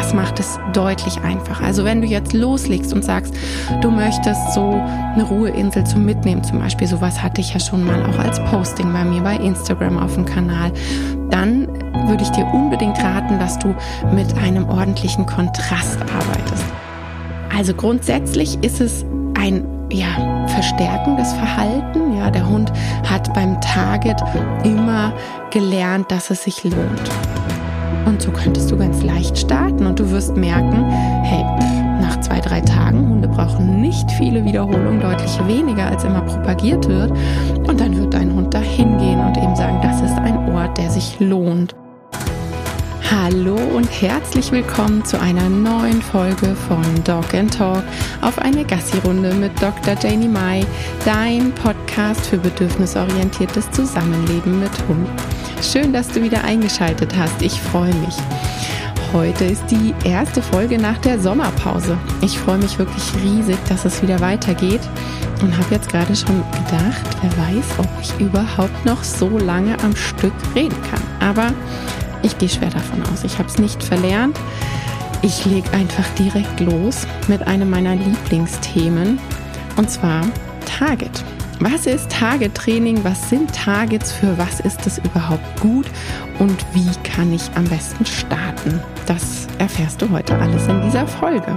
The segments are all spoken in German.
das macht es deutlich einfacher. Also wenn du jetzt loslegst und sagst, du möchtest so eine Ruheinsel zum Mitnehmen, zum Beispiel, sowas hatte ich ja schon mal auch als Posting bei mir bei Instagram auf dem Kanal, dann würde ich dir unbedingt raten, dass du mit einem ordentlichen Kontrast arbeitest. Also grundsätzlich ist es ein verstärkendes Verhalten. Ja, der Hund hat beim Target immer gelernt, dass es sich lohnt. Und so könntest du ganz leicht starten und du wirst merken, hey, nach 2-3 Tagen, Hunde brauchen nicht viele Wiederholungen, deutlich weniger als immer propagiert wird. Und dann wird dein Hund da hingehen und eben sagen, das ist ein Ort, der sich lohnt. Hallo und herzlich willkommen zu einer neuen Folge von Dog & Talk auf eine Gassi-Runde mit Dr. Janie Mai, dein Podcast für bedürfnisorientiertes Zusammenleben mit Hund. Schön, dass du wieder eingeschaltet hast. Ich freue mich. Heute ist die erste Folge nach der Sommerpause. Ich freue mich wirklich riesig, dass es wieder weitergeht und habe jetzt gerade schon gedacht, wer weiß, ob ich überhaupt noch so lange am Stück reden kann. Aber ich gehe schwer davon aus. Ich habe es nicht verlernt. Ich lege einfach direkt los mit einem meiner Lieblingsthemen und zwar Target. Was ist Target-Training? Was sind Targets? Für was ist es überhaupt gut? Und wie kann ich am besten starten? Das erfährst du heute alles in dieser Folge.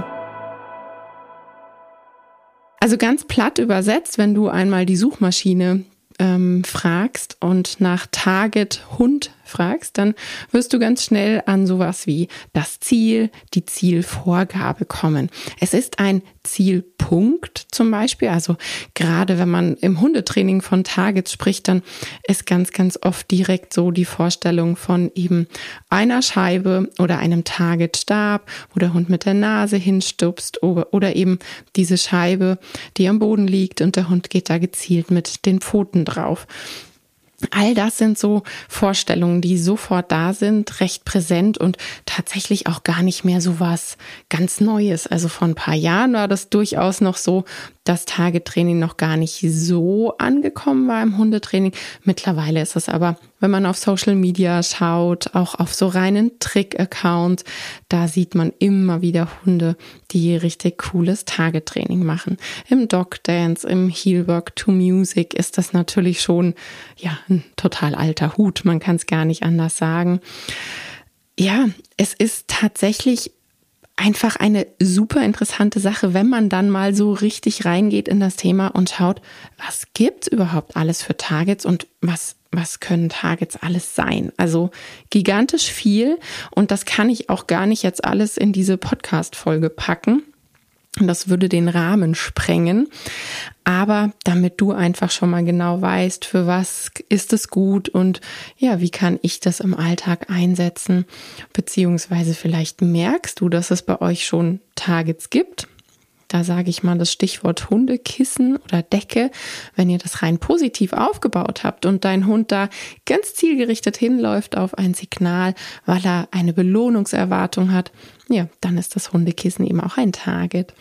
Also ganz platt übersetzt, wenn du einmal die Suchmaschine fragst und nach Target Hund fragst, dann wirst du ganz schnell an sowas wie das Ziel, die Zielvorgabe kommen. Es ist ein Zielpunkt zum Beispiel, also gerade wenn man im Hundetraining von Targets spricht, dann ist ganz, ganz oft direkt so die Vorstellung von eben einer Scheibe oder einem Targetstab, wo der Hund mit der Nase hinstupst oder eben diese Scheibe, die am Boden liegt und der Hund geht da gezielt mit den Pfoten drauf. All das sind so Vorstellungen, die sofort da sind, recht präsent und tatsächlich auch gar nicht mehr so was ganz Neues. Also vor ein paar Jahren war das durchaus noch so, dass Target-Training noch gar nicht so angekommen war im Hundetraining. Mittlerweile ist es aber, wenn man auf Social Media schaut, auch auf so reinen Trick-Accounts, da sieht man immer wieder Hunde, die richtig cooles Target-Training machen. Im Dog Dance, im Heelwork to Music ist das natürlich schon ein total alter Hut. Man kann es gar nicht anders sagen. Ja, es ist tatsächlich einfach eine super interessante Sache, wenn man dann mal so richtig reingeht in das Thema und schaut, was gibt's überhaupt alles für Targets und was können Targets alles sein? Also gigantisch viel und das kann ich auch gar nicht jetzt alles in diese Podcast-Folge packen. Das würde den Rahmen sprengen. Aber damit du einfach schon mal genau weißt, für was ist es gut und wie kann ich das im Alltag einsetzen, beziehungsweise vielleicht merkst du, dass es bei euch schon Targets gibt. Da sage ich mal das Stichwort Hundekissen oder Decke. Wenn ihr das rein positiv aufgebaut habt und dein Hund da ganz zielgerichtet hinläuft auf ein Signal, weil er eine Belohnungserwartung hat, dann ist das Hundekissen eben auch ein Target.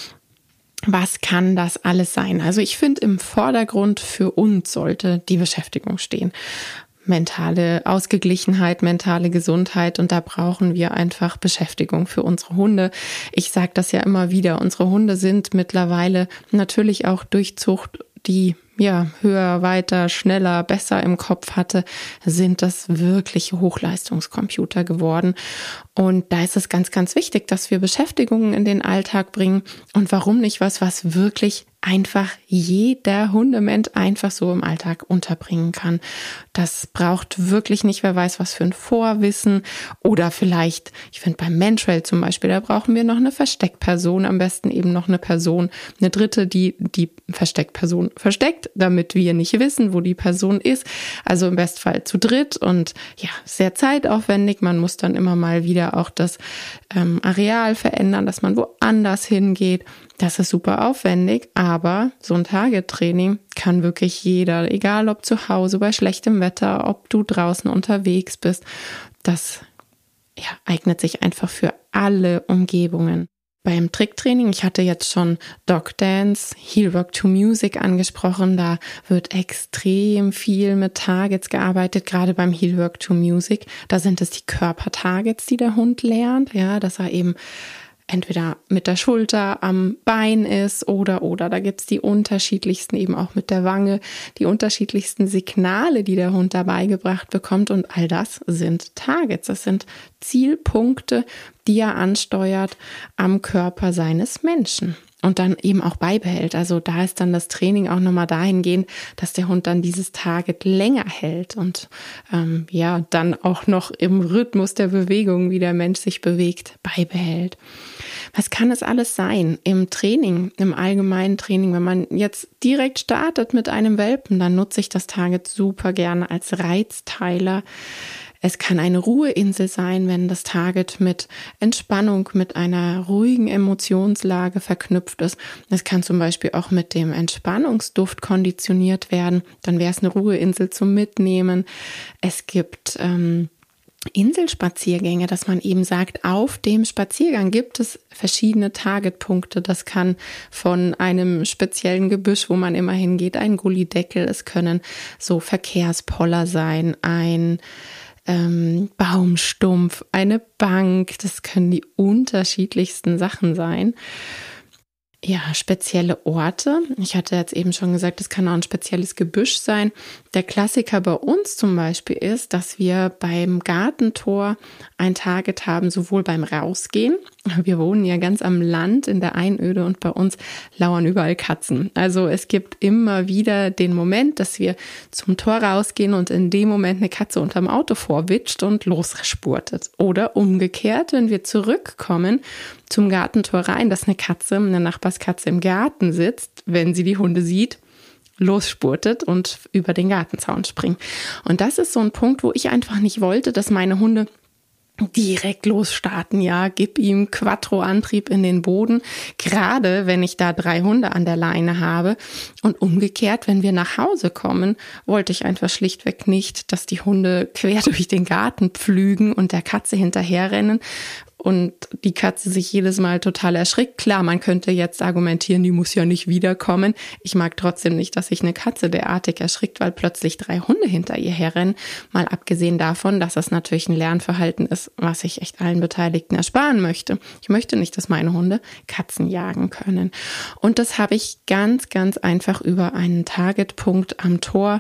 Was kann das alles sein? Also ich finde, im Vordergrund für uns sollte die Beschäftigung stehen. Mentale Ausgeglichenheit, mentale Gesundheit und da brauchen wir einfach Beschäftigung für unsere Hunde. Ich sage das ja immer wieder, unsere Hunde sind mittlerweile natürlich auch durch Zucht, die höher, weiter, schneller, besser im Kopf hatte, sind das wirkliche Hochleistungscomputer geworden. Und da ist es ganz, ganz wichtig, dass wir Beschäftigungen in den Alltag bringen. Und warum nicht was wirklich einfach jeder Hundemensch einfach so im Alltag unterbringen kann. Das braucht wirklich nicht, wer weiß was für ein Vorwissen oder vielleicht, ich finde beim Mentrail zum Beispiel, da brauchen wir noch eine Versteckperson, am besten eben noch eine Person, eine dritte, die Versteckperson versteckt, damit wir nicht wissen, wo die Person ist. Also im Bestfall zu dritt und sehr zeitaufwendig. Man muss dann immer mal wieder auch das Areal verändern, dass man woanders hingeht. Das ist super aufwendig, aber so ein Target-Training kann wirklich jeder, egal ob zu Hause, bei schlechtem Wetter, ob du draußen unterwegs bist. Das eignet sich einfach für alle Umgebungen. beim Tricktraining. Ich hatte jetzt schon Dog Dance, Heel Rock to Music angesprochen. Da wird extrem viel mit Targets gearbeitet, gerade beim Heel Rock to Music. Da sind es die Körpertargets, die der Hund lernt, ja, dass er eben entweder mit der Schulter am Bein ist oder da gibt's die unterschiedlichsten, eben auch mit der Wange, die unterschiedlichsten Signale, die der Hund dabei gebracht bekommt, und all das sind Targets, das sind Zielpunkte, die er ansteuert am Körper seines Menschen und dann eben auch beibehält. Also da ist dann das Training auch nochmal dahingehend, dass der Hund dann dieses Target länger hält und dann auch noch im Rhythmus der Bewegung, wie der Mensch sich bewegt, beibehält. Was kann es alles sein im Training, im allgemeinen Training? Wenn man jetzt direkt startet mit einem Welpen, dann nutze ich das Target super gerne als Reizteiler. Es kann eine Ruheinsel sein, wenn das Target mit Entspannung, mit einer ruhigen Emotionslage verknüpft ist. Es kann zum Beispiel auch mit dem Entspannungsduft konditioniert werden. Dann wäre es eine Ruheinsel zum Mitnehmen. Es gibt Inselspaziergänge, dass man eben sagt, auf dem Spaziergang gibt es verschiedene Targetpunkte. Das kann von einem speziellen Gebüsch, wo man immer hingeht, ein Gullideckel, es können so Verkehrspoller sein, ein Baumstumpf, eine Bank, das können die unterschiedlichsten Sachen sein. Ja, spezielle Orte. Ich hatte jetzt eben schon gesagt, es kann auch ein spezielles Gebüsch sein. Der Klassiker bei uns zum Beispiel ist, dass wir beim Gartentor ein Target haben, sowohl beim Rausgehen. Wir wohnen ja ganz am Land in der Einöde und bei uns lauern überall Katzen. Also es gibt immer wieder den Moment, dass wir zum Tor rausgehen und in dem Moment eine Katze unterm Auto vorwitscht und losspurtet. Oder umgekehrt, wenn wir zurückkommen zum Gartentor rein, dass eine Nachbarskatze im Garten sitzt, wenn sie die Hunde sieht, losspurtet und über den Gartenzaun springt. Und das ist so ein Punkt, wo ich einfach nicht wollte, dass meine Hunde direkt losstarten, ja, gib ihm Quattro-Antrieb in den Boden, gerade wenn ich da 3 Hunde an der Leine habe. Und umgekehrt, wenn wir nach Hause kommen, wollte ich einfach schlichtweg nicht, dass die Hunde quer durch den Garten pflügen und der Katze hinterherrennen und die Katze sich jedes Mal total erschrickt. Klar, man könnte jetzt argumentieren, die muss ja nicht wiederkommen. Ich mag trotzdem nicht, dass sich eine Katze derartig erschrickt, weil plötzlich 3 Hunde hinter ihr herrennen. Mal abgesehen davon, dass das natürlich ein Lernverhalten ist, was ich echt allen Beteiligten ersparen möchte. Ich möchte nicht, dass meine Hunde Katzen jagen können. Und das habe ich ganz, ganz einfach über einen Targetpunkt am Tor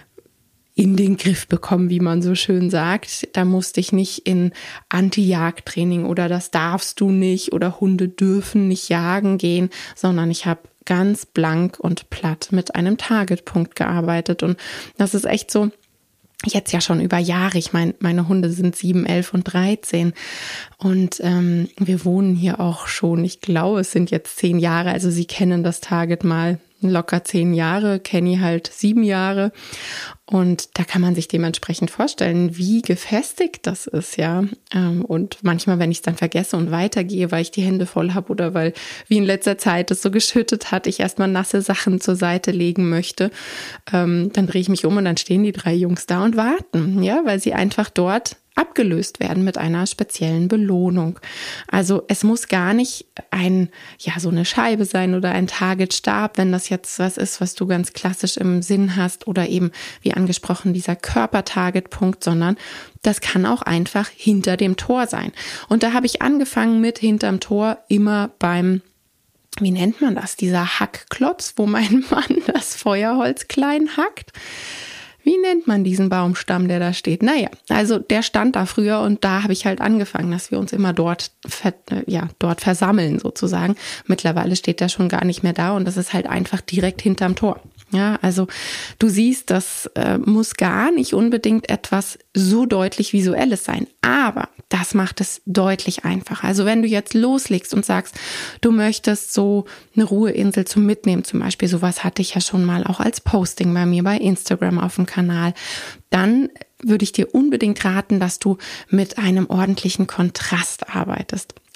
in den Griff bekommen, wie man so schön sagt. Da musste ich nicht in Anti-Jagd-Training oder das darfst du nicht oder Hunde dürfen nicht jagen gehen, sondern ich habe ganz blank und platt mit einem Targetpunkt gearbeitet. Und das ist echt so, jetzt ja schon über Jahre. Ich meine, meine Hunde sind 7, 11 und 13 und wir wohnen hier auch schon, ich glaube, es sind jetzt 10 Jahre, also sie kennen das Target mal locker 10 Jahre, Kenny halt 7 Jahre und da kann man sich dementsprechend vorstellen, wie gefestigt das ist, ja. Und manchmal, wenn ich es dann vergesse und weitergehe, weil ich die Hände voll habe oder weil, wie in letzter Zeit es so geschüttet hat, ich erstmal nasse Sachen zur Seite legen möchte, dann drehe ich mich um und dann stehen die 3 Jungs da und warten, ja, weil sie einfach dort abgelöst werden mit einer speziellen Belohnung. Also es muss gar nicht so eine Scheibe sein oder ein Targetstab, wenn das jetzt was ist, was du ganz klassisch im Sinn hast oder eben, wie angesprochen, dieser Körpertargetpunkt, sondern das kann auch einfach hinter dem Tor sein. Und da habe ich angefangen mit hinterm Tor immer beim, wie nennt man das, dieser Hackklotz, wo mein Mann das Feuerholz klein hackt. Wie nennt man diesen Baumstamm, der da steht? Naja, also der stand da früher und da habe ich halt angefangen, dass wir uns immer dort versammeln sozusagen. Mittlerweile steht der schon gar nicht mehr da und das ist halt einfach direkt hinterm Tor. Ja, also du siehst, das muss gar nicht unbedingt etwas so deutlich Visuelles sein, aber das macht es deutlich einfacher. Also wenn du jetzt loslegst und sagst, du möchtest so eine Ruheinsel zum Mitnehmen zum Beispiel, sowas hatte ich ja schon mal auch als Posting bei mir bei Instagram auf dem Kanal, dann würde ich dir unbedingt raten, dass du mit einem ordentlichen Kontrast arbeitest.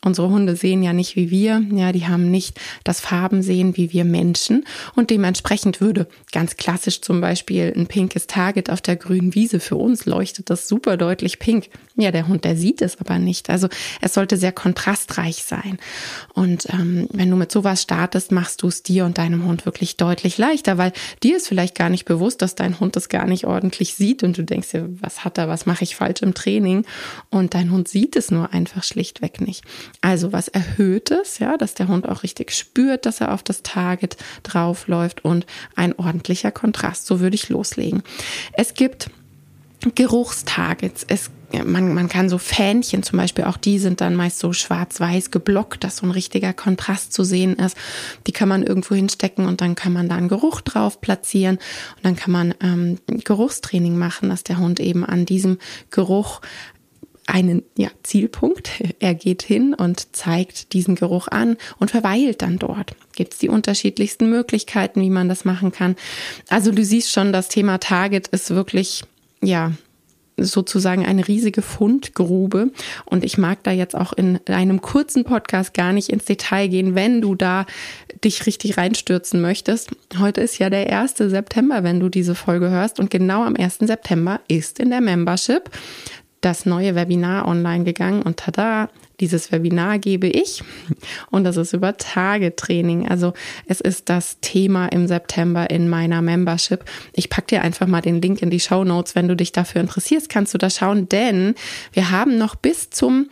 Unsere Hunde sehen ja nicht wie wir, ja, die haben nicht das Farbensehen wie wir Menschen und dementsprechend würde ganz klassisch zum Beispiel ein pinkes Target auf der grünen Wiese, für uns leuchtet das super deutlich pink. Ja, der Hund, der sieht es aber nicht. Also es sollte sehr kontrastreich sein. Und wenn du mit sowas startest, machst du es dir und deinem Hund wirklich deutlich leichter, weil dir ist vielleicht gar nicht bewusst, dass dein Hund das gar nicht ordentlich sieht und du denkst dir, was mache ich falsch im Training? Und dein Hund sieht es nur einfach schlichtweg nicht. Also was Erhöhtes, ja, dass der Hund auch richtig spürt, dass er auf das Target draufläuft und ein ordentlicher Kontrast. So würde ich loslegen. Es gibt Geruchstargets. Man kann so Fähnchen zum Beispiel, auch die sind dann meist so schwarz-weiß geblockt, dass so ein richtiger Kontrast zu sehen ist. Die kann man irgendwo hinstecken und dann kann man da einen Geruch drauf platzieren und dann kann man Geruchstraining machen, dass der Hund eben an diesem Geruch einen Zielpunkt. Er geht hin und zeigt diesen Geruch an und verweilt dann dort. Gibt es die unterschiedlichsten Möglichkeiten, wie man das machen kann. Also du siehst schon, das Thema Target ist wirklich, sozusagen eine riesige Fundgrube. Und ich mag da jetzt auch in einem kurzen Podcast gar nicht ins Detail gehen, wenn du da dich richtig reinstürzen möchtest. Heute ist ja der 1. September, wenn du diese Folge hörst. Und genau am 1. September ist in der Membership das neue Webinar online gegangen und tada, dieses Webinar gebe ich und das ist über Target-Training. Also es ist das Thema im September in meiner Membership. Ich packe dir einfach mal den Link in die Shownotes, wenn du dich dafür interessierst, kannst du da schauen, denn wir haben noch bis zum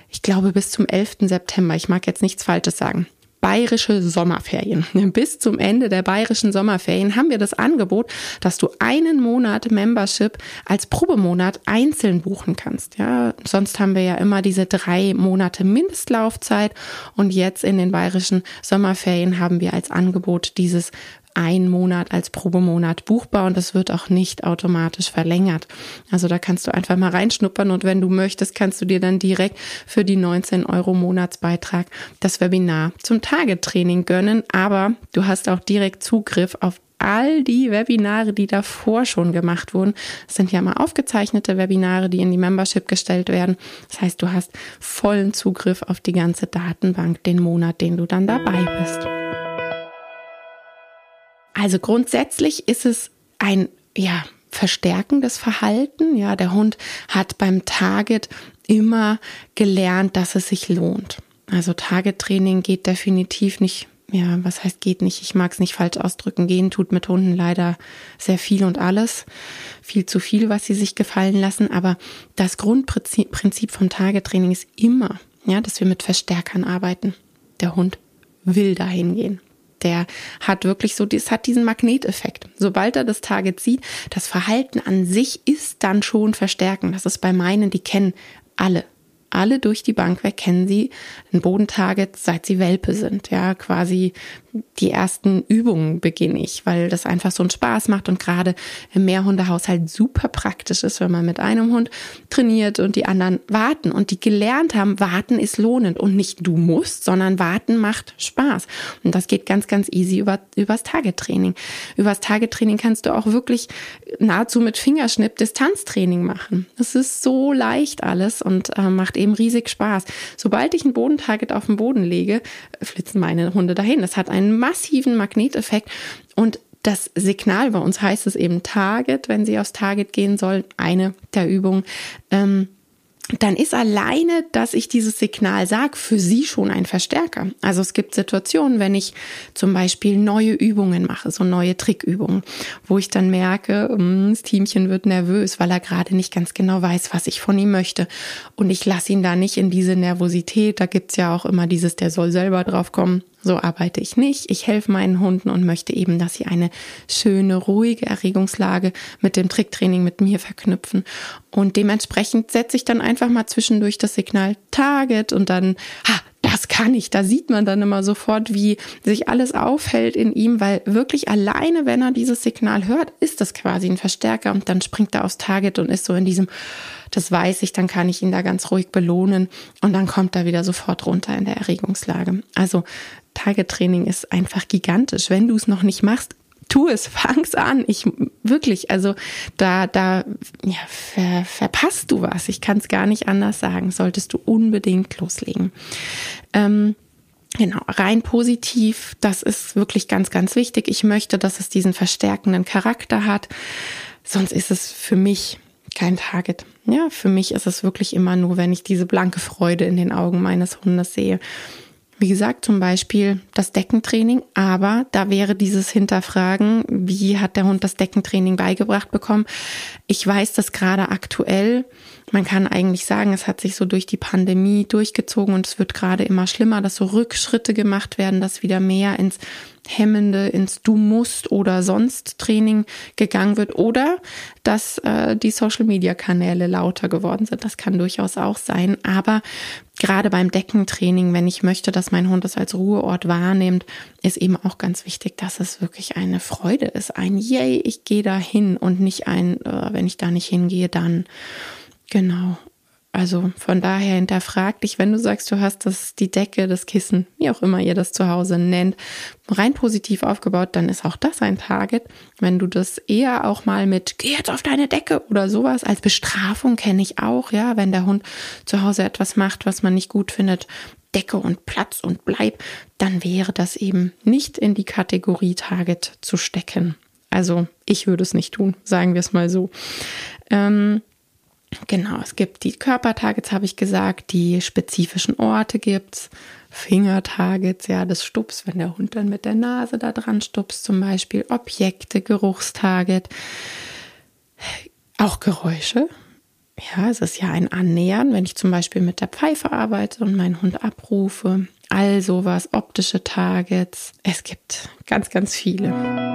11. September, ich mag jetzt nichts Falsches sagen, bayerische Sommerferien. Bis zum Ende der bayerischen Sommerferien haben wir das Angebot, dass du einen Monat Membership als Probemonat einzeln buchen kannst. Ja, sonst haben wir ja immer diese 3 Monate Mindestlaufzeit und jetzt in den bayerischen Sommerferien haben wir als Angebot dieses 1 Monat als Probemonat buchbar und das wird auch nicht automatisch verlängert. Also da kannst du einfach mal reinschnuppern und wenn du möchtest, kannst du dir dann direkt für die 19 € Monatsbeitrag das Webinar zum Target-Training gönnen, aber du hast auch direkt Zugriff auf all die Webinare, die davor schon gemacht wurden. Das sind ja mal aufgezeichnete Webinare, die in die Membership gestellt werden. Das heißt, du hast vollen Zugriff auf die ganze Datenbank den Monat, den du dann dabei bist. Also grundsätzlich ist es ein verstärkendes Verhalten. Ja, der Hund hat beim Target immer gelernt, dass es sich lohnt. Also Target-Training geht definitiv nicht, was heißt geht nicht, ich mag es nicht falsch ausdrücken, gehen tut mit Hunden leider sehr viel und alles, viel zu viel, was sie sich gefallen lassen, aber das Grundprinzip vom Target-Training ist immer, dass wir mit Verstärkern arbeiten. Der Hund will dahin gehen. Der hat wirklich es hat diesen Magneteffekt. Sobald er das Target sieht, das Verhalten an sich ist dann schon verstärken. Das ist bei meinen, die kennen alle durch die Bank weg kennen sie ein Bodentarget, seit sie Welpe sind. Ja, quasi die ersten Übungen beginne ich, weil das einfach so einen Spaß macht und gerade im Mehrhundehaushalt super praktisch ist, wenn man mit einem Hund trainiert und die anderen warten und die gelernt haben, warten ist lohnend und nicht du musst, sondern warten macht Spaß. Und das geht ganz, ganz easy übers Target-Training. Übers Target-Training kannst du auch wirklich nahezu mit Fingerschnipp Distanztraining machen. Es ist so leicht alles und macht eben riesig Spaß. Sobald ich ein Bodentarget auf den Boden lege, flitzen meine Hunde dahin. Das hat einen massiven Magneteffekt und das Signal, bei uns heißt es eben Target, wenn sie aufs Target gehen soll, eine der Übungen, dann ist alleine, dass ich dieses Signal sage, für sie schon ein Verstärker. Also es gibt Situationen, wenn ich zum Beispiel neue Übungen mache, so neue Trickübungen, wo ich dann merke, das Teamchen wird nervös, weil er gerade nicht ganz genau weiß, was ich von ihm möchte. Und ich lasse ihn da nicht in diese Nervosität, da gibt's ja auch immer dieses, der soll selber drauf kommen. So arbeite ich nicht. Ich helfe meinen Hunden und möchte eben, dass sie eine schöne, ruhige Erregungslage mit dem Tricktraining mit mir verknüpfen. Und dementsprechend setze ich dann einfach mal zwischendurch das Signal Target und dann, das kann ich. Da sieht man dann immer sofort, wie sich alles aufhält in ihm, weil wirklich alleine, wenn er dieses Signal hört, ist das quasi ein Verstärker und dann springt er aufs Target und ist so in diesem, das weiß ich, dann kann ich ihn da ganz ruhig belohnen und dann kommt er wieder sofort runter in der Erregungslage. Also Target-Training ist einfach gigantisch. Wenn du es noch nicht machst, tu es, fang's an. Also verpasst du was. Ich kann es gar nicht anders sagen. Solltest du unbedingt loslegen. Genau, rein positiv, das ist wirklich ganz, ganz wichtig. Ich möchte, dass es diesen verstärkenden Charakter hat. Sonst ist es für mich kein Target. Ja, für mich ist es wirklich immer nur, wenn ich diese blanke Freude in den Augen meines Hundes sehe. Wie gesagt, zum Beispiel das Deckentraining, aber da wäre dieses Hinterfragen, wie hat der Hund das Deckentraining beigebracht bekommen? Ich weiß, dass gerade aktuell, man kann eigentlich sagen, es hat sich so durch die Pandemie durchgezogen und es wird gerade immer schlimmer, dass so Rückschritte gemacht werden, dass wieder mehr ins Hemmende, ins Du musst oder sonst Training gegangen wird oder dass die Social-Media-Kanäle lauter geworden sind. Das kann durchaus auch sein, aber gerade beim Deckentraining, wenn ich möchte, dass mein Hund es als Ruheort wahrnimmt, ist eben auch ganz wichtig, dass es wirklich eine Freude ist. Ein Yay, ich gehe da hin und nicht ein, wenn ich da nicht hingehe, dann. Genau. Also von daher hinterfrag dich, wenn du sagst, du hast die Decke, das Kissen, wie auch immer ihr das zu Hause nennt, rein positiv aufgebaut, dann ist auch das ein Target. Wenn du das eher auch mal mit, geh jetzt auf deine Decke oder sowas, als Bestrafung kenne ich auch, ja, wenn der Hund zu Hause etwas macht, was man nicht gut findet, Decke und Platz und bleib, dann wäre das eben nicht in die Kategorie Target zu stecken. Also ich würde es nicht tun, sagen wir es mal so. Genau, es gibt die Körpertargets, habe ich gesagt, die spezifischen Orte gibt's, Fingertargets, ja, das Stups, wenn der Hund dann mit der Nase da dran stupst, zum Beispiel Objekte, Geruchstarget, auch Geräusche. Ja, es ist ja ein Annähern, wenn ich zum Beispiel mit der Pfeife arbeite und meinen Hund abrufe, all sowas, optische Targets. Es gibt ganz, ganz viele.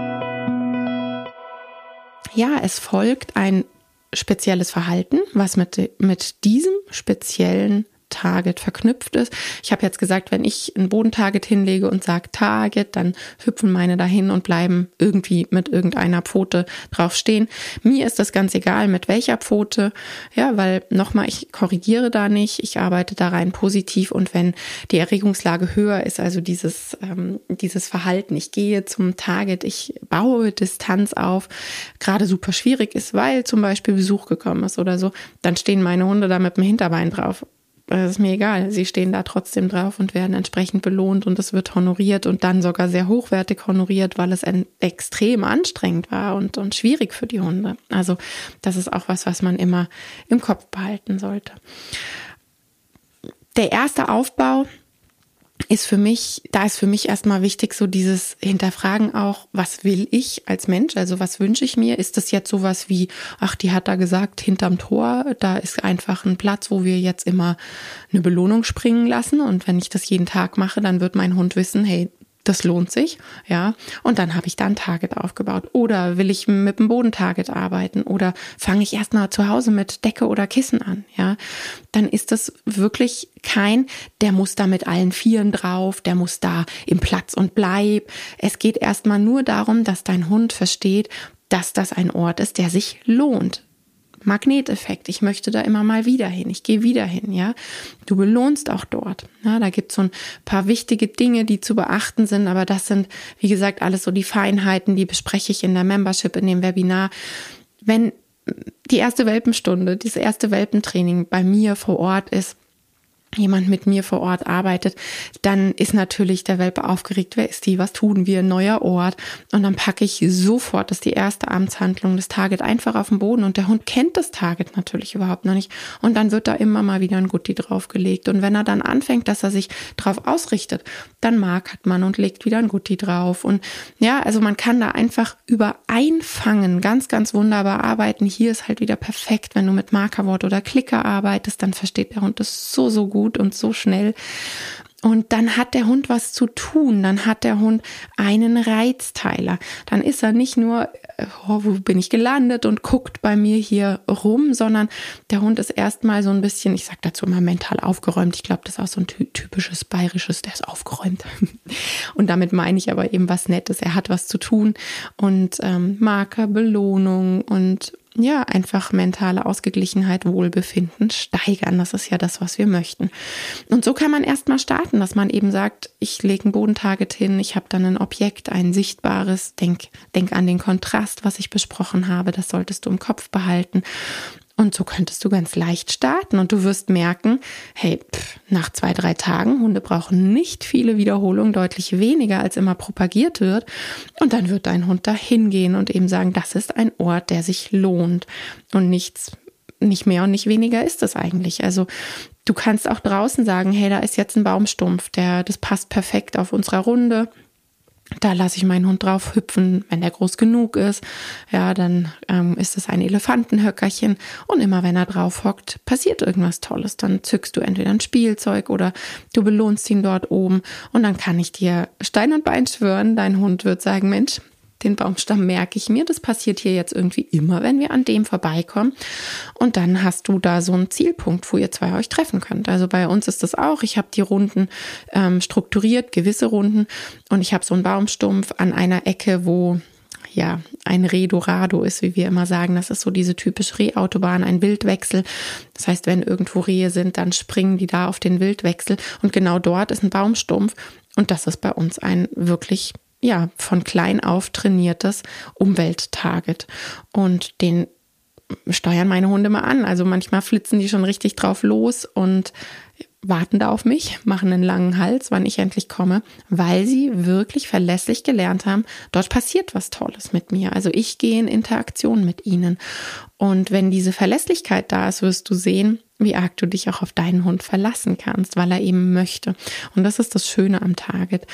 Ja, es folgt ein spezielles Verhalten, was mit diesem speziellen Target verknüpft ist. Ich habe jetzt gesagt, wenn ich ein Bodentarget hinlege und sage Target, dann hüpfen meine dahin und bleiben irgendwie mit irgendeiner Pfote drauf stehen. Mir ist das ganz egal, mit welcher Pfote, ja, weil nochmal, ich korrigiere da nicht, ich arbeite da rein positiv und wenn die Erregungslage höher ist, also dieses Verhalten, ich gehe zum Target, ich baue Distanz auf, gerade super schwierig ist, weil zum Beispiel Besuch gekommen ist oder so, dann stehen meine Hunde da mit dem Hinterbein drauf. Das ist mir egal. Sie stehen da trotzdem drauf und werden entsprechend belohnt und es wird honoriert und dann sogar sehr hochwertig honoriert, weil es extrem anstrengend war und schwierig für die Hunde. Also das ist auch was man immer im Kopf behalten sollte. Der erste Aufbau ist für mich erstmal wichtig, so dieses Hinterfragen auch, was will ich als Mensch, also was wünsche ich mir? Ist das jetzt sowas wie, ach, die hat da gesagt, hinterm Tor, da ist einfach ein Platz, wo wir jetzt immer eine Belohnung springen lassen und wenn ich das jeden Tag mache, dann wird mein Hund wissen, hey, das lohnt sich, ja. Und dann habe ich da ein Target aufgebaut. Oder will ich mit dem Bodentarget arbeiten? Oder fange ich erstmal zu Hause mit Decke oder Kissen an, ja. Dann ist das wirklich der muss da mit allen Vieren drauf, der muss da im Platz und bleib. Es geht erstmal nur darum, dass dein Hund versteht, dass das ein Ort ist, der sich lohnt. Magneteffekt, ich möchte da immer mal wieder hin, ich gehe wieder hin, ja. Du belohnst auch dort. Ja, da gibt es so ein paar wichtige Dinge, die zu beachten sind, aber das sind, wie gesagt, alles so die Feinheiten, die bespreche ich in der Membership, in dem Webinar. Wenn die erste Welpenstunde, dieses erste Welpentraining bei mir vor Ort ist, jemand mit mir vor Ort arbeitet, dann ist natürlich der Welpe aufgeregt. Wer ist die? Was tun wir? Neuer Ort. Und dann packe ich sofort, das ist die erste Amtshandlung, das Target einfach auf den Boden und der Hund kennt das Target natürlich überhaupt noch nicht. Und dann wird da immer mal wieder ein Gutti draufgelegt. Und wenn er dann anfängt, dass er sich drauf ausrichtet, dann markert man und legt wieder ein Gutti drauf. Und ja, also man kann da einfach über Einfangen ganz, ganz wunderbar arbeiten. Hier ist halt wieder perfekt, wenn du mit Markerwort oder Klicker arbeitest, dann versteht der Hund das so, so gut und so schnell. Und dann hat der Hund was zu tun, dann hat der Hund einen Reizteiler. Dann ist er nicht nur, wo bin ich gelandet und guckt bei mir hier rum, sondern der Hund ist erstmal so ein bisschen, ich sag dazu immer mental aufgeräumt. Ich glaube, das ist auch so ein typisches bayerisches, der ist aufgeräumt. Und damit meine ich aber eben was Nettes. Er hat was zu tun und Marker, Belohnung und ja, einfach mentale Ausgeglichenheit, Wohlbefinden steigern. Das ist ja das, was wir möchten. Und so kann man erstmal starten, dass man eben sagt, ich lege ein Bodentarget hin, ich habe dann ein Objekt, ein sichtbares, denk an den Kontrast, was ich besprochen habe, das solltest du im Kopf behalten. Und so könntest du ganz leicht starten und du wirst merken, hey, nach 2-3 Tagen, Hunde brauchen nicht viele Wiederholungen, deutlich weniger als immer propagiert wird. Und dann wird dein Hund da hingehen und eben sagen, das ist ein Ort, der sich lohnt und nicht mehr und nicht weniger ist es eigentlich. Also du kannst auch draußen sagen, hey, da ist jetzt ein Baumstumpf, das passt perfekt auf unserer Runde. Da lasse ich meinen Hund drauf hüpfen, wenn der groß genug ist. Ja, dann ist es ein Elefantenhöckerchen und immer wenn er drauf hockt, passiert irgendwas Tolles. Dann zückst du entweder ein Spielzeug oder du belohnst ihn dort oben und dann kann ich dir Stein und Bein schwören, dein Hund wird sagen, Mensch, den Baumstamm merke ich mir, das passiert hier jetzt irgendwie immer, wenn wir an dem vorbeikommen. Und dann hast du da so einen Zielpunkt, wo ihr zwei euch treffen könnt. Also bei uns ist das auch, ich habe die Runden strukturiert, gewisse Runden. Und ich habe so einen Baumstumpf an einer Ecke, wo ja ein Reh-Dorado ist, wie wir immer sagen. Das ist so diese typische Rehautobahn, ein Wildwechsel. Das heißt, wenn irgendwo Rehe sind, dann springen die da auf den Wildwechsel. Und genau dort ist ein Baumstumpf. Und das ist bei uns ein wirklich von klein auf trainiertes Umwelttarget. Und den steuern meine Hunde mal an. Also manchmal flitzen die schon richtig drauf los und warten da auf mich, machen einen langen Hals, wann ich endlich komme, weil sie wirklich verlässlich gelernt haben, dort passiert was Tolles mit mir. Also ich gehe in Interaktion mit ihnen. Und wenn diese Verlässlichkeit da ist, wirst du sehen, wie arg du dich auch auf deinen Hund verlassen kannst, weil er eben möchte. Und das ist das Schöne am Target.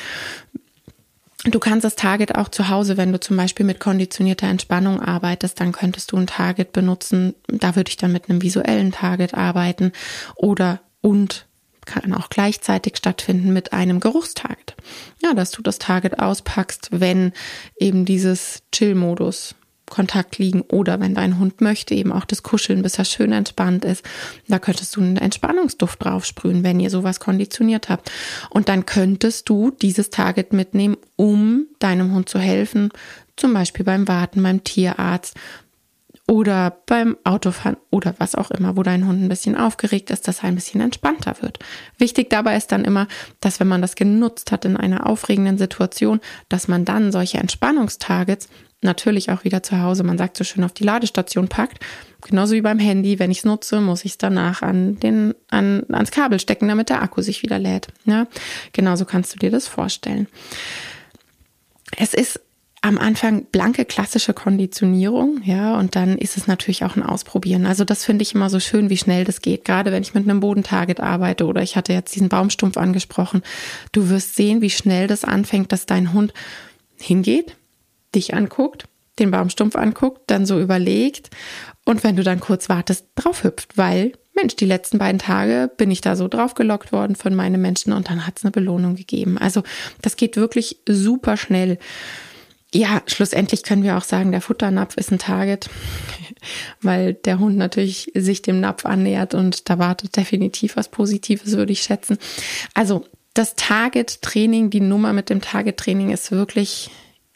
Du kannst das Target auch zu Hause, wenn du zum Beispiel mit konditionierter Entspannung arbeitest, dann könntest du ein Target benutzen. Da würde ich dann mit einem visuellen Target arbeiten und kann auch gleichzeitig stattfinden mit einem Geruchstarget. Ja, dass du das Target auspackst, wenn eben dieses Chill-Modus Kontakt liegen oder wenn dein Hund möchte, eben auch das Kuscheln, bis er schön entspannt ist. Da könntest du einen Entspannungsduft drauf sprühen, wenn ihr sowas konditioniert habt. Und dann könntest du dieses Target mitnehmen, um deinem Hund zu helfen, zum Beispiel beim Warten, beim Tierarzt oder beim Autofahren oder was auch immer, wo dein Hund ein bisschen aufgeregt ist, dass er ein bisschen entspannter wird. Wichtig dabei ist dann immer, dass wenn man das genutzt hat in einer aufregenden Situation, dass man dann solche Entspannungstargets natürlich auch wieder zu Hause, man sagt so schön, auf die Ladestation packt. Genauso wie beim Handy, wenn ich es nutze, muss ich es danach ans Kabel stecken, damit der Akku sich wieder lädt. Ja? Genauso kannst du dir das vorstellen. Es ist am Anfang blanke klassische Konditionierung, ja, und dann ist es natürlich auch ein Ausprobieren. Also das finde ich immer so schön, wie schnell das geht. Gerade wenn ich mit einem Bodentarget arbeite oder ich hatte jetzt diesen Baumstumpf angesprochen. Du wirst sehen, wie schnell das anfängt, dass dein Hund hingeht, dich anguckt, den Baumstumpf anguckt, dann so überlegt und wenn du dann kurz wartest, drauf hüpft, weil, Mensch, die letzten 2 Tage bin ich da so draufgelockt worden von meinen Menschen und dann hat es eine Belohnung gegeben. Also das geht wirklich super schnell. Ja, schlussendlich können wir auch sagen, der Futternapf ist ein Target, weil der Hund natürlich sich dem Napf annähert und da wartet definitiv was Positives, würde ich schätzen. Also das Target-Training, die Nummer mit dem Target-Training ist wirklich,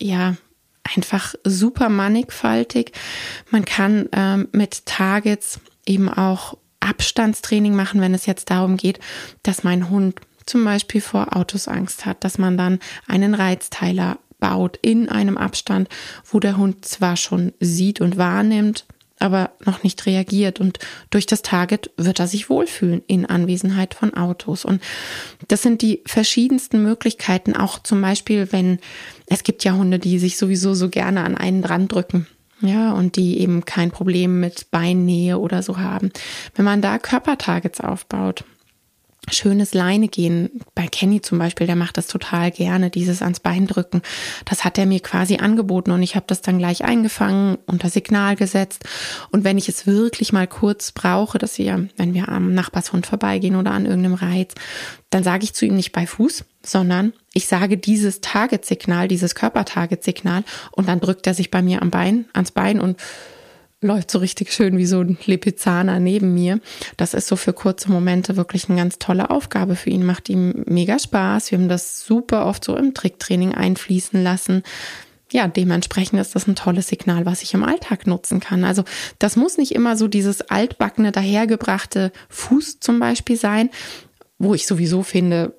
einfach super mannigfaltig. Man kann mit Targets eben auch Abstandstraining machen, wenn es jetzt darum geht, dass mein Hund zum Beispiel vor Autos Angst hat, dass man dann einen Reizteiler baut in einem Abstand, wo der Hund zwar schon sieht und wahrnimmt, aber noch nicht reagiert. Und durch das Target wird er sich wohlfühlen in Anwesenheit von Autos. Und das sind die verschiedensten Möglichkeiten, auch zum Beispiel, wenn es gibt ja Hunde, die sich sowieso so gerne an einen dran drücken. Ja, und die eben kein Problem mit Beinnähe oder so haben. Wenn man da Körpertargets aufbaut, schönes Leine gehen. Bei Kenny zum Beispiel, der macht das total gerne, dieses ans Bein drücken. Das hat er mir quasi angeboten und ich habe das dann gleich eingefangen, unter Signal gesetzt. Und wenn ich es wirklich mal kurz brauche, wenn wir am Nachbarshund vorbeigehen oder an irgendeinem Reiz, dann sage ich zu ihm nicht bei Fuß, sondern ich sage dieses Target-Signal, dieses Körpertarget-Signal und dann drückt er sich bei mir ans Bein und läuft so richtig schön wie so ein Lipizzaner neben mir. Das ist so für kurze Momente wirklich eine ganz tolle Aufgabe für ihn. Macht ihm mega Spaß. Wir haben das super oft so im Tricktraining einfließen lassen. ja, dementsprechend ist das ein tolles Signal, was ich im Alltag nutzen kann. Also das muss nicht immer so dieses altbackene, dahergebrachte Fuß zum Beispiel sein, wo ich sowieso finde,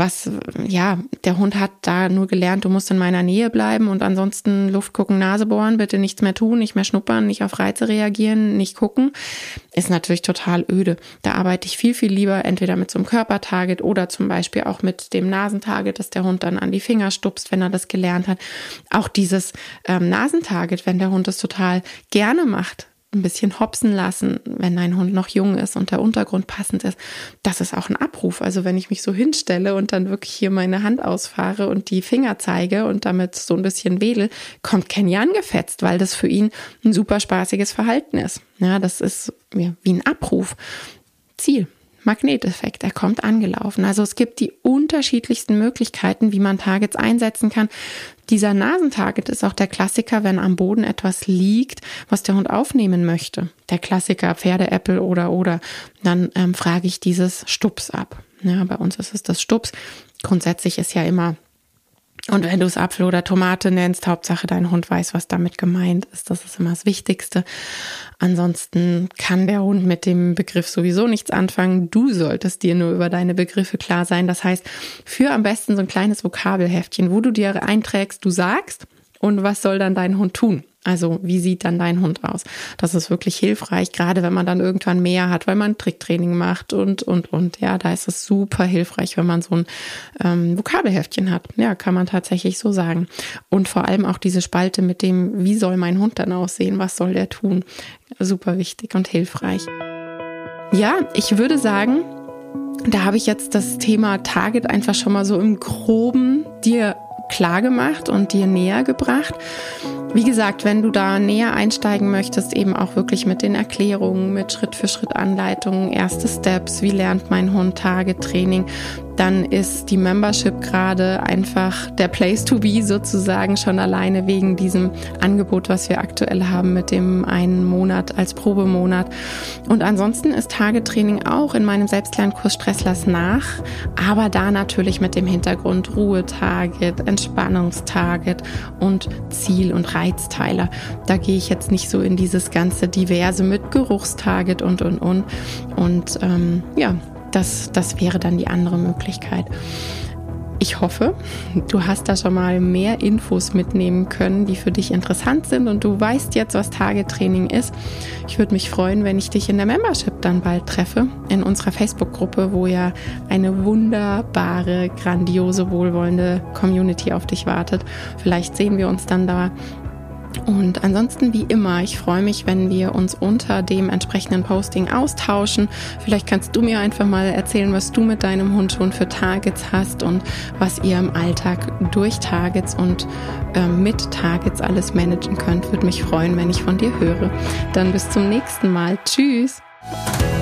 der Hund hat da nur gelernt, du musst in meiner Nähe bleiben und ansonsten Luft gucken, Nase bohren, bitte nichts mehr tun, nicht mehr schnuppern, nicht auf Reize reagieren, nicht gucken, ist natürlich total öde. Da arbeite ich viel, viel lieber entweder mit so einem Körpertarget oder zum Beispiel auch mit dem Nasentarget, dass der Hund dann an die Finger stupst, wenn er das gelernt hat. Auch dieses Nasentarget, wenn der Hund das total gerne macht, ein bisschen hopsen lassen, wenn dein Hund noch jung ist und der Untergrund passend ist. Das ist auch ein Abruf. Also wenn ich mich so hinstelle und dann wirklich hier meine Hand ausfahre und die Finger zeige und damit so ein bisschen wedel, kommt Kenny angefetzt, weil das für ihn ein super spaßiges Verhalten ist. Ja, das ist wie ein Abruf. Ziel. Magneteffekt, er kommt angelaufen. Also es gibt die unterschiedlichsten Möglichkeiten, wie man Targets einsetzen kann. Dieser Nasentarget ist auch der Klassiker, wenn am Boden etwas liegt, was der Hund aufnehmen möchte. Der Klassiker Pferdeäppel oder. Dann frage ich dieses Stups ab. Ja, bei uns ist es das Stups. Grundsätzlich ist ja immer, und wenn du es Apfel oder Tomate nennst, Hauptsache dein Hund weiß, was damit gemeint ist. Das ist immer das Wichtigste. Ansonsten kann der Hund mit dem Begriff sowieso nichts anfangen. Du solltest dir nur über deine Begriffe klar sein. Das heißt, führ am besten so ein kleines Vokabelheftchen, wo du dir einträgst, du sagst und was soll dann dein Hund tun. Also wie sieht dann dein Hund aus? Das ist wirklich hilfreich, gerade wenn man dann irgendwann mehr hat, weil man Tricktraining macht und. Ja, da ist es super hilfreich, wenn man so ein Vokabelheftchen hat. Ja, kann man tatsächlich so sagen. Und vor allem auch diese Spalte mit dem, wie soll mein Hund dann aussehen? Was soll der tun? Super wichtig und hilfreich. Ja, ich würde sagen, da habe ich jetzt das Thema Target einfach schon mal so im Groben dir klar gemacht und dir näher gebracht. Wie gesagt, wenn du da näher einsteigen möchtest, eben auch wirklich mit den Erklärungen, mit Schritt-für-Schritt-Anleitungen, erste Steps, wie lernt mein Hund Target-Training, dann ist die Membership gerade einfach der Place to be sozusagen, schon alleine wegen diesem Angebot, was wir aktuell haben mit dem einen Monat als Probemonat. Und ansonsten ist Target-Training auch in meinem Selbstlernkurs Stress lass nach, aber da natürlich mit dem Hintergrund Ruhe-Target, Entspannungstarget und Ziel- und Reizteiler. Da gehe ich jetzt nicht so in dieses ganze Diverse mit Geruchstarget und. Das wäre dann die andere Möglichkeit. Ich hoffe, du hast da schon mal mehr Infos mitnehmen können, die für dich interessant sind und du weißt jetzt, was Target-Training ist. Ich würde mich freuen, wenn ich dich in der Membership dann bald treffe, in unserer Facebook-Gruppe, wo ja eine wunderbare, grandiose, wohlwollende Community auf dich wartet. Vielleicht sehen wir uns dann da. Und ansonsten wie immer, ich freue mich, wenn wir uns unter dem entsprechenden Posting austauschen. Vielleicht kannst du mir einfach mal erzählen, was du mit deinem Hund schon für Targets hast und was ihr im Alltag durch Targets und mit Targets alles managen könnt. Würde mich freuen, wenn ich von dir höre. Dann bis zum nächsten Mal. Tschüss!